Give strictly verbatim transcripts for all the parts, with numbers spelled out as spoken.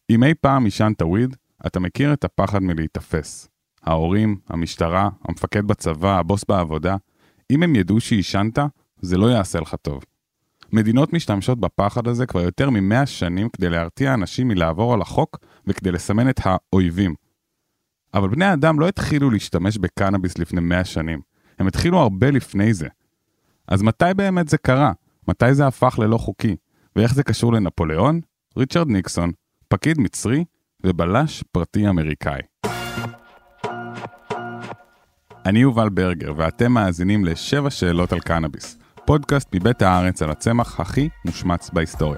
אם אי פעם עישנת וויד, אתה מכיר את הפחד מלהיתפס. ההורים, המשטרה, המפקד בצבא, הבוס בעבודה, אם הם ידעו שעישנת, זה לא יעשה לך טוב. מדינות משתמשות בפחד הזה כבר יותר ממאה שנים כדי להרתיע אנשים מלעבור על החוק וכדי לסמן את האויבים. אבל בני האדם לא התחילו להשתמש בקנאביס לפני מאה שנים. הם התחילו הרבה לפני זה. אז מתי באמת זה קרה? מתי זה הפך ללא חוקי? ואיך זה קשור לנפוליאון? ריצ'רד ניקסון, פקיד מצרי ובלש פרטי אמריקאי. אני יובל ברגר ואתם מאזינים לשבע שאלות על קנאביס, פודקאסט מבית הארץ על הצמח הכי מושמץ בהיסטוריה.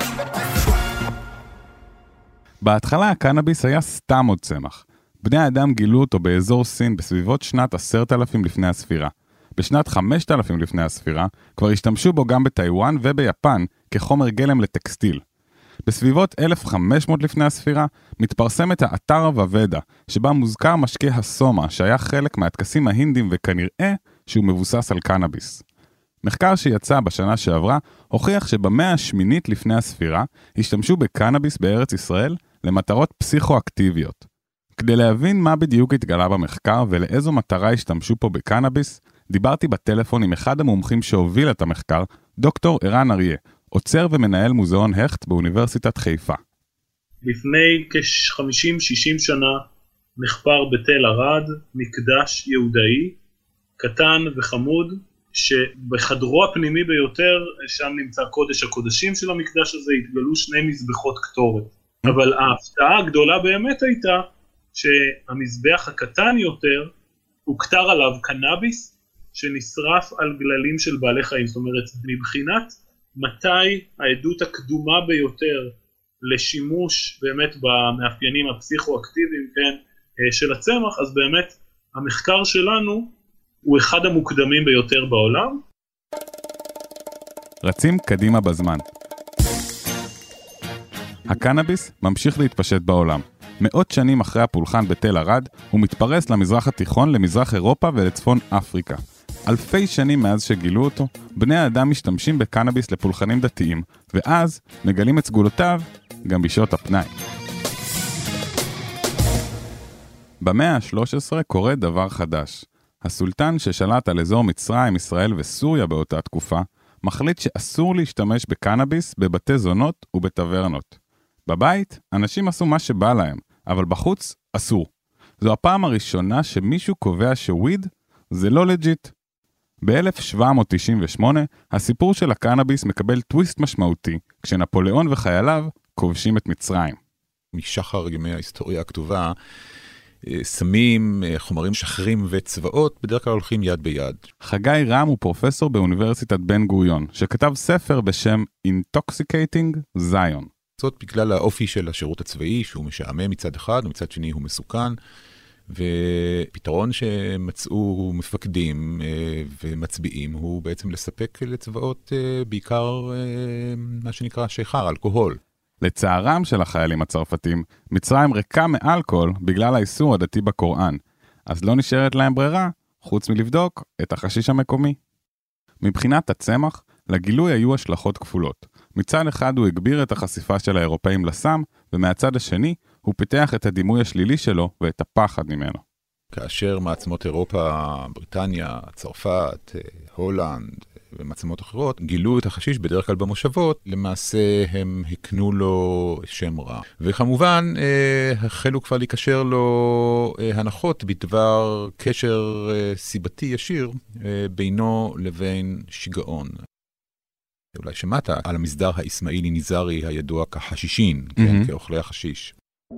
בהתחלה הקנאביס היה סתם עוד צמח. בני האדם גילו אותו באזור סין בסביבות שנת עשרת אלפים לפני הספירה. בשנת חמשת אלפים לפני הספירה כבר השתמשו בו גם בטיואן וביפן כחומר גלם לטקסטיל. בסביבות אלף וחמש מאות לפני הספירה מתפרסמת האתר הוודא, שבה מוזכר משקה הסומה שהיה חלק מהטקסים ההינדים וכנראה שהוא מבוסס על קנאביס. מחקר שיצא בשנה שעברה הוכיח שבמאה השמינית לפני הספירה השתמשו בקנאביס בארץ ישראל למטרות פסיכואקטיביות. כדי להבין מה בדיוק התגלה במחקר ולאיזו מטרה השתמשו פה בקנאביס, דיברתי בטלפון עם אחד המומחים שהוביל את המחקר, דוקטור ערן אריה, עוצר ומנהל מוזיאון הכט באוניברסיטת חיפה. לפני כ-חמישים שישים שנה נחפר בתל ערד מקדש יהודאי, קטן וחמוד, שבחדרו הפנימי ביותר, שם נמצא קודש הקודשים של המקדש הזה, התגלו שני מזבחות קטורת. אבל ההפתעה הגדולה באמת הייתה, שהמזבח הקטן יותר, הוא כתר עליו קנאביס, שנשרף על גללים של בעלי חיים. זאת אומרת, מבחינת מתי העדות הקדומה ביותר לשימוש באמת במאפיינים הפסיכואקטיביים, כן, של הצמח, אז באמת המחקר שלנו הוא אחד המוקדמים ביותר בעולם. רצים קדימה בזמן. הקנאביס ממשיך להתפשט בעולם. מאות שנים אחרי הפולחן בתל ערד, הוא מתפרס למזרח התיכון, למזרח אירופה ולצפון אפריקה. אלפי שנים מאז שגילו אותו, בני האדם משתמשים בקנאביס לפולחנים דתיים, ואז מגלים את סגולותיו גם בשעות הפנאי. במאה ה-שלוש עשרה קורה דבר חדש. הסולטן ששלט על אזור מצרים, ישראל וסוריה באותה תקופה, מחליט שאסור להשתמש בקנאביס בבתי זונות ובטברנות. בבית, אנשים עשו מה שבא להם, אבל בחוץ, אסור. זו הפעם הראשונה שמישהו קובע שוויד זה לא לג'יט. ב-אלף שבע מאות תשעים ושמונה, הסיפור של הקנאביס מקבל טוויסט משמעותי, כשנפוליאון וחייליו כובשים את מצרים. משחר ימי ההיסטוריה הכתובה, סמים, חומרים שחרים וצבאות, בדרך כלל הולכים יד ביד. חגי רם הוא פרופסור באוניברסיטת בן גוריון, שכתב ספר בשם Intoxicating Zion. זאת בגלל האופי של השירות הצבאי, שהוא משעמם מצד אחד, ומצד שני הוא מסוכן, ופתרון שמצאו מפקדים ומצביעים, הוא בעצם לספק לצבאות בעיקר מה שנקרא שיכר, אלכוהול. לצערם של החיילים הצרפתים, מצרים ריקה מאלכוהול בגלל האיסור הדתי בקוראן, אז לא נשארת להם ברירה, חוץ מלבדוק את החשיש המקומי. מבחינת הצמח, לגילוי היו השלכות כפולות. מצד אחד הוא הגביר את החשיפה של האירופאים לסם, ומהצד השני הוא פיתח את הדימוי השלילי שלו ואת הפחד ממנו. כאשר מעצמות אירופה, בריטניה, צרפת, הולנד ומעצמות אחרות גילו את החשיש בדרך כלל במושבות, למעשה הם הקנו לו שם רע. וכמובן החלו כבר להיקשר לו הנחות בדבר קשר סיבתי ישיר בינו לבין שיגעון. אולי שמעת על המסדר האסמאעילי ניזרי הידוע כחשישין, mm-hmm. כן, כאוכלי החשיש.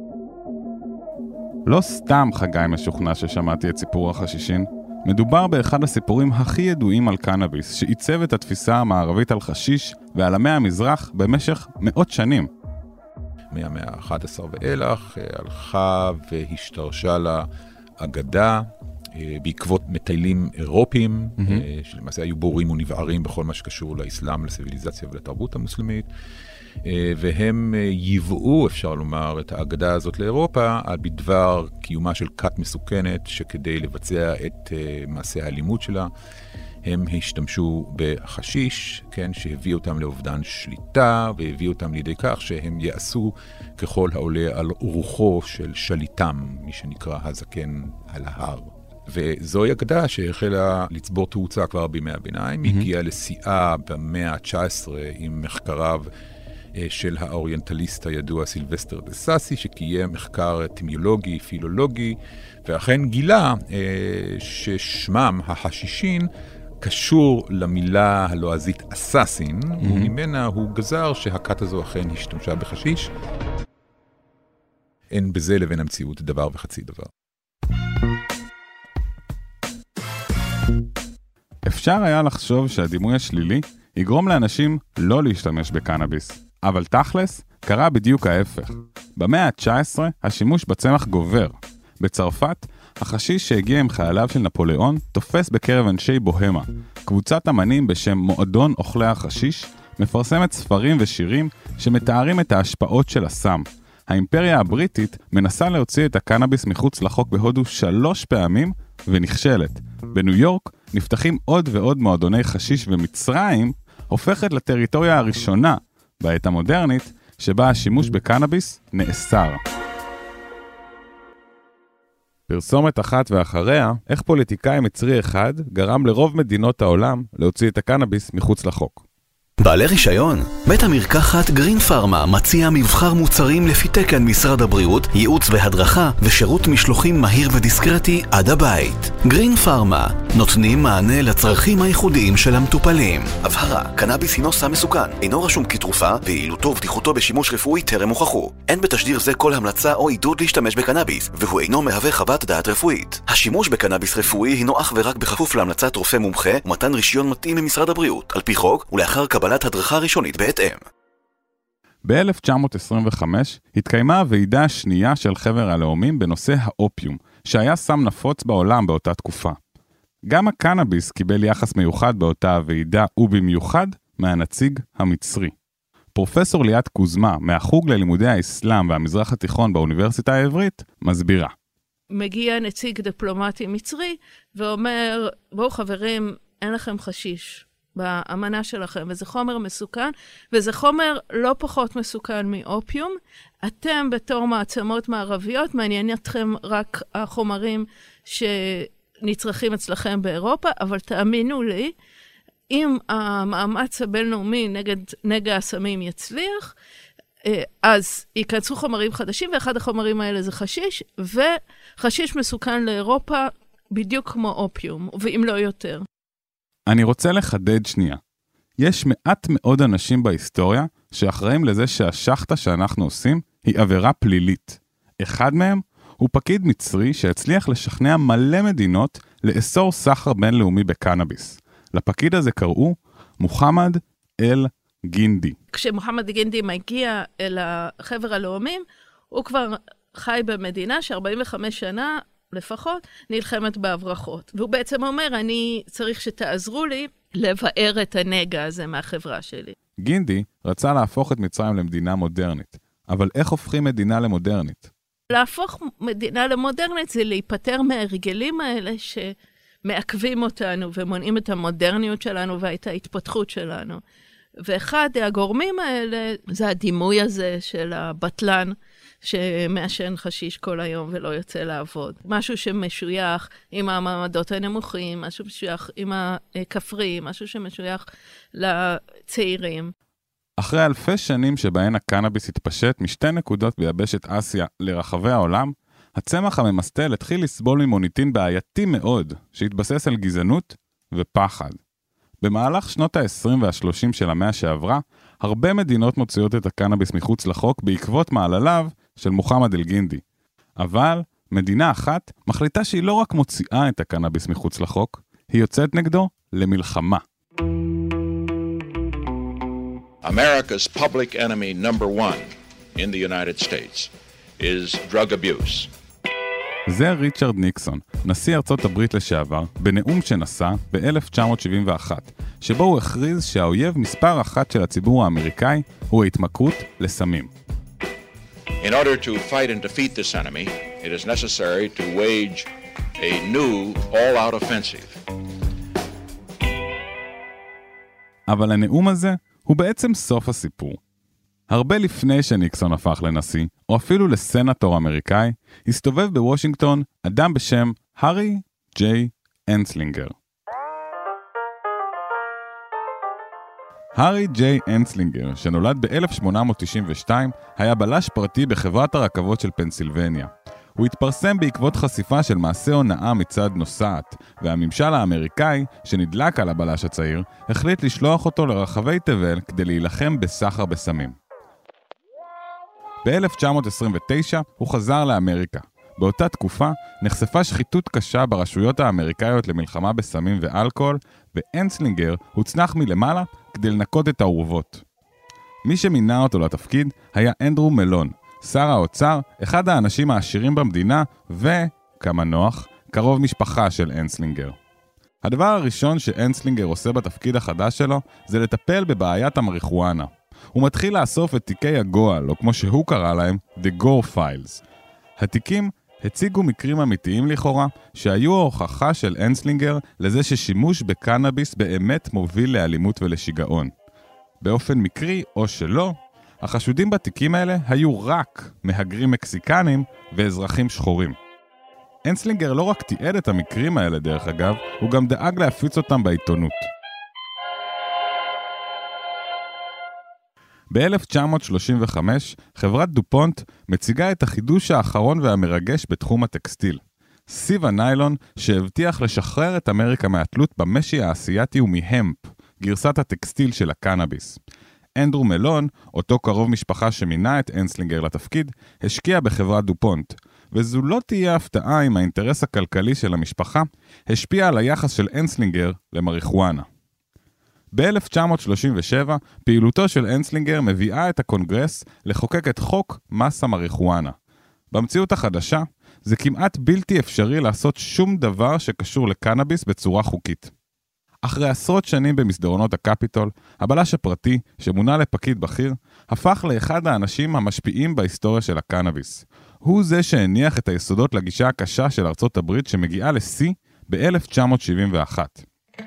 לא סתם חגי משוכנע ששמעתי את סיפור החשישין, מדובר באחד הסיפורים הכי ידועים על קנאביס, שעיצב את התפיסה המערבית על חשיש ועל עמי המזרח במשך מאות שנים. מהמאה ה-אחת עשרה ואילך הלכה והשתרשה לה אגדה, בעקבות מטיילים אירופיים, mm-hmm. שלמעשה היו בורים ונבערים בכל מה שקשור לאסלאם, לציוויליזציה ולתרבות המוסלמית, והם יבאו, אפשר לומר, את האגדה הזאת לאירופה, על בדבר קיומה של כת מסוכנת, שכדי לבצע את מעשה האלימות שלה, הם השתמשו בחשיש, כן, שהביא אותם לאובדן שליטה, והביא אותם לידי כך שהם יעשו ככל העולה על רוחו של שליטם, מי שנקרא הזקן על ההר. וזוהי אגדה שהחלה לצבור תאוצה כבר בימי הביניים, mm-hmm. הגיעה לשיאה במאה ה-תשע עשרה עם מחקריו של האוריינטליסט הידוע סילבסטר דה סאסי, שקיים מחקר אטימולוגי, פילולוגי, ואכן גילה ששמם, החשישין, קשור למילה הלועזית אסאסין, mm-hmm. וממנה הוא גזר שהכת הזו אכן השתמשה בחשיש. אין בזה לבין המציאות דבר וחצי דבר. אפשר היה לחשוב שהדימוי השלילי יגרום לאנשים לא להשתמש בקנאביס, אבל תכלס קרה בדיוק ההפך. במאה ה-תשע עשרה השימוש בצמח גובר. בצרפת, החשיש שהגיע עם חייליו של נפוליאון תופס בקרב אנשי בוהמה. קבוצת אמנים בשם מועדון אוכלי החשיש מפרסמת ספרים ושירים שמתארים את ההשפעות של הסם. האימפריה הבריטית מנסה להוציא את הקנאביס מחוץ לחוק בהודו שלוש פעמים ונכשלת. בניו יורק נפתחים עוד ועוד מועדוני חשיש, ומצרים הופכת לטריטוריה הראשונה בעת המודרנית שבה השימוש בקנאביס נאסר. פרסומת אחת ואחריה, איך פוליטיקאי מצרי אחד גרם לרוב מדינות העולם להוציא את הקנאביס מחוץ לחוק. בעלי רישיון? בית המרקחת גרין פארמה מציע מבחר מוצרים לפי תקן משרד הבריאות, ייעוץ והדרכה ושירות משלוחים מהיר ודיסקרטי עד הבית. גרין פארמה נותנים מענה לצרכים הייחודיים של המטופלים. הבהרה, קנאביס הינו סם מסוכן, אינו רשום כתרופה, ויעילותו ובטיחותו בשימוש רפואי טרם הוכחו. אין בתשדיר זה כל המלצה או עידוד להשתמש בקנאביס, והוא אינו מהווה חוות דעת רפואית. השימוש בקנאביס רפואי הינו אך ורק בכפוף להמלצת רופא מומחה ומתן רישיון מתאים ממשרד הבריאות, על פי חוק ולאחר קבלת הדרכה ראשונית בהתאם. ב-אלף תשע מאות עשרים וחמש התקיימה הוועידה השנייה של חבר הלאומים בנושא האופיום, שהיה סם נפוץ בעולם באותה תקופה. גם הקנאביס קיבל יחס מיוחד באותה הוועידה, ובמיוחד מהנציג המצרי. פרופסור ליאת קוזמה, מהחוג ללימודי האסלאם והמזרח התיכון באוניברסיטה העברית, מסבירה. מגיע נציג דיפלומטי מצרי ואומר, בואו חברים, אין לכם חשיש באמנה שלכם, וזה חומר מסוכן, וזה חומר לא פחות מסוכן מאופיום. אתם בתור מעצמות מערביות, מעניין אתכם רק החומרים שנצרכים אצלכם באירופה, אבל תאמינו לי, אם המאמץ הבינלאומי נגד נגע הסמים יצליח, אז ייכנסו חומרים חדשים, ואחד החומרים האלה זה חשיש, וחשיש מסוכן לאירופה בדיוק כמו אופיום, ואם לא יותר. אני רוצה לחדד שנייה. יש מעט מאוד אנשים בהיסטוריה שאחראים לזה שהשחטה שאנחנו עושים היא עבירה פלילית. אחד מהם הוא פקיד מצרי שהצליח לשכנע מלא מדינות לאסור סחר בינלאומי בקנאביס. לפקיד הזה קראו מוחמד אל גינדי. כשמוחמד גינדי מגיע אל החבר הלאומים, הוא כבר חי במדינה ש-ארבעים וחמש שנה לפחות נלחמת בהברחות. והוא בעצם אומר, אני צריך שתעזרו לי לבאר את הנגע הזה מהחברה שלי. גינדי רצה להפוך את מצרים למדינה מודרנית. אבל איך הופכים מדינה למודרנית? להפוך מדינה למודרנית זה להיפטר מהרגלים האלה שמעכבים אותנו ומונעים את המודרניות שלנו ואת ההתפתחות שלנו. ואחד הגורמים האלה זה הדימוי הזה של הבטלן שמאשן חשיש כל היום ולא יוצא לעבוד. משהו שמשוייך עם המעמדות הנמוכים, משהו שמשוייך עם הכפרים, משהו שמשוייך לצעירים. אחרי אלפי שנים שבהן הקנאביס התפשט משתי נקודות ביבשת אסיה לרחבי העולם, הצמח הממסטל התחיל לסבול ממוניטין בעייתי מאוד שהתבסס על גזענות ופחד. במהלך שנות ה-עשרים וה-שלושים של המאה שעברה, הרבה מדינות מוציאות את הקנאביס מחוץ לחוק בעקבות מעלליו של מוחמד אל גינדי. אבל מדינה אחת מחליטה שהיא לא רק מוציאה את הקנאביס מחוץ לחוק, היא יוצאת נגדו למלחמה. America's public enemy number one in the United States is drug abuse. זה ריצ'רד ניקסון, נשיא ארצות הברית לשעבר, בנאום שנשא ב-אלף תשע מאות שבעים ואחת, שבו הוא הכריז שהאויב מספר אחת של הציבור האמריקאי הוא ההתמכרות לסמים. In order to fight and defeat this enemy, it is necessary to wage a new all-out offensive. אבל הנאום הזה הוא בעצם סוף הסיפור. הרבה לפני שניקסון הפך לנשיא, או אפילו לסנטור אמריקאי, הסתובב בוושינגטון אדם בשם הארי ג'יי אנסלינגר. הארי ג'יי אנסלינגר, שנולד ב-אלף שמונה מאות תשעים ושתיים, היה בלש פרטי בחברת הרכבות של פנסילבניה. הוא התפרסם בעקבות חשיפה של מעשה הונאה מצד נוסעת, והממשל האמריקאי, שנדלק על הבלש הצעיר, החליט לשלוח אותו לרחבי תבל כדי להילחם בסחר בסמים. ב-אלף תשע מאות עשרים ותשע הוא חזר לאמריקה. באותה תקופה נחשפה שחיתות קשה ברשויות האמריקאיות למלחמה בסמים ואלכוהול, ואנסלינגר הוצנח מלמעלה כדי לנקות את האורוות. מי שמינה אותו לתפקיד היה אנדרו מלון, שר האוצר, אחד האנשים העשירים במדינה, וכמה נוח, קרוב משפחה של אנסלינגר. הדבר הראשון שאנסלינגר עושה בתפקיד החדש שלו, זה לטפל בבעיית המריחואנה. הוא מתחיל לאסוף את תיקי הגועל, או כמו שהוא קרא להם, The Gore Files. התיקים הציגו מקרים אמיתיים לכאורה, שהיו ההוכחה של אנסלינגר לזה ששימוש בקנאביס באמת מוביל לאלימות ולשיגעון. באופן מקרי או שלא, החשודים בתיקים האלה היו רק מהגרים מקסיקנים ואזרחים שחורים. אנסלינגר לא רק תיעד את המקרים האלה דרך אגב, הוא גם דאג להפיץ אותם בעיתונות. ב-אלף תשע מאות שלושים וחמש, חברת דופונט מציגה את החידוש האחרון והמרגש בתחום הטקסטיל. סיב הניילון שהבטיח לשחרר את אמריקה מהתלות במשי האסייתי ומהמפ, גרסת הטקסטיל של הקנאביס. אנדרו מלון, אותו קרוב משפחה שמינה את אנסלינגר לתפקיד, השקיע בחברת דופונט, וזו לא תהיה הפתעה אם האינטרס הכלכלי של המשפחה השפיע על היחס של אנסלינגר למריחואנה. ב-אלף תשע מאות שלושים ושבע, פעילותו של אנסלינגר מביאה את הקונגרס לחוקק את חוק מס המריחואנה. במציאות החדשה, זה כמעט בלתי אפשרי לעשות שום דבר שקשור לקנאביס בצורה חוקית. אחרי עשרות שנים במסדרונות הקפיטול, הבלש הפרטי, שמונה לפקיד בכיר, הפך לאחד האנשים המשפיעים בהיסטוריה של הקנאביס. הוא זה שהניח את היסודות לגישה הקשה של ארצות הברית שמגיעה לשיא ב-אלף תשע מאות שבעים ואחת.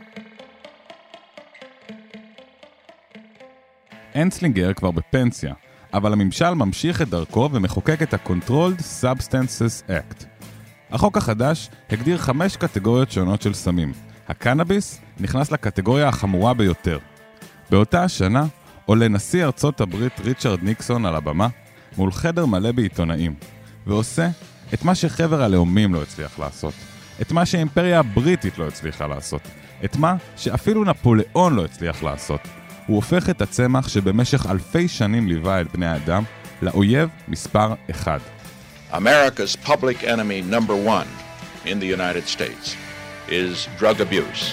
אנסלינגר כבר בפנסיה, אבל הממשל ממשיך את דרכו ומחוקק את ה-Controlled Substances Act. החוק החדש הגדיר חמש קטגוריות שונות של סמים. הקנאביס נכנס לקטגוריה החמורה ביותר. באותה השנה עולה נשיא ארצות הברית ריצ'רד ניקסון על הבמה מול חדר מלא בעיתונאים, ועושה את מה שחבר הלאומים לא הצליח לעשות, את מה שהאימפריה הבריטית לא הצליחה לעשות, את מה שאפילו נפוליאון לא הצליח לעשות. הוא הופך את הצמח שבמשך אלפי שנים ליווה את בני האדם לאויב מספר אחד. America's public enemy number one in the United States is drug abuse.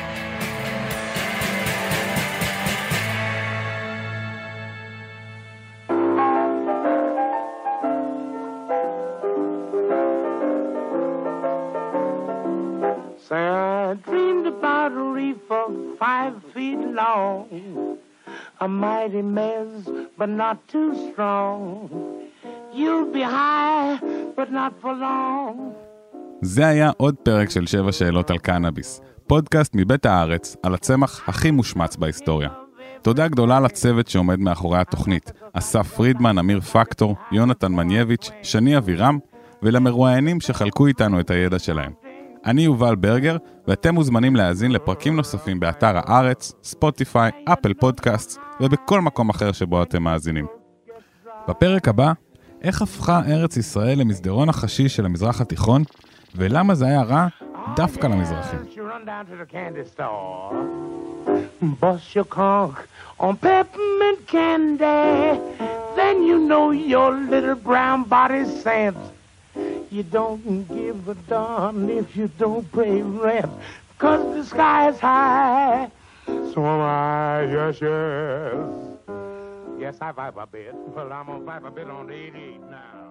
Say I dreamed about a reefer five feet long, a mighty mess but not too strong. You'll be high but not for long. זה היה עוד פרק של שבע שאלות על קנאביס, פודקאסט מבית הארץ על הצמח הכי מושמץ בהיסטוריה. תודה גדולה לצוות שעומד מאחורי התוכנית, אסף פרידמן, אמיר פקטור, יונתן מנייביץ', שני אבירם, ולמרואיינים שחלקו איתנו את הידע שלהם. אני יובל ברגר, ואתם מוזמנים להאזין לפרקים נוספים באתר הארץ, ספוטיפיי, אפל פודקאסט, ובכל מקום אחר שבו אתם מאזינים. בפרק הבא, איך הפכה ארץ ישראל למסדרון החשיש של המזרח התיכון, ולמה זה היה רע דווקא למזרחים. Bust your conch on peppermint candy, then you know your little brown body's sent. You don't give a darn if you don't pay rent, 'cause the sky is high. So am I, yes, yes. Yes, I vibe a bit, but I'm gonna vibe a bit on eighty-eight now.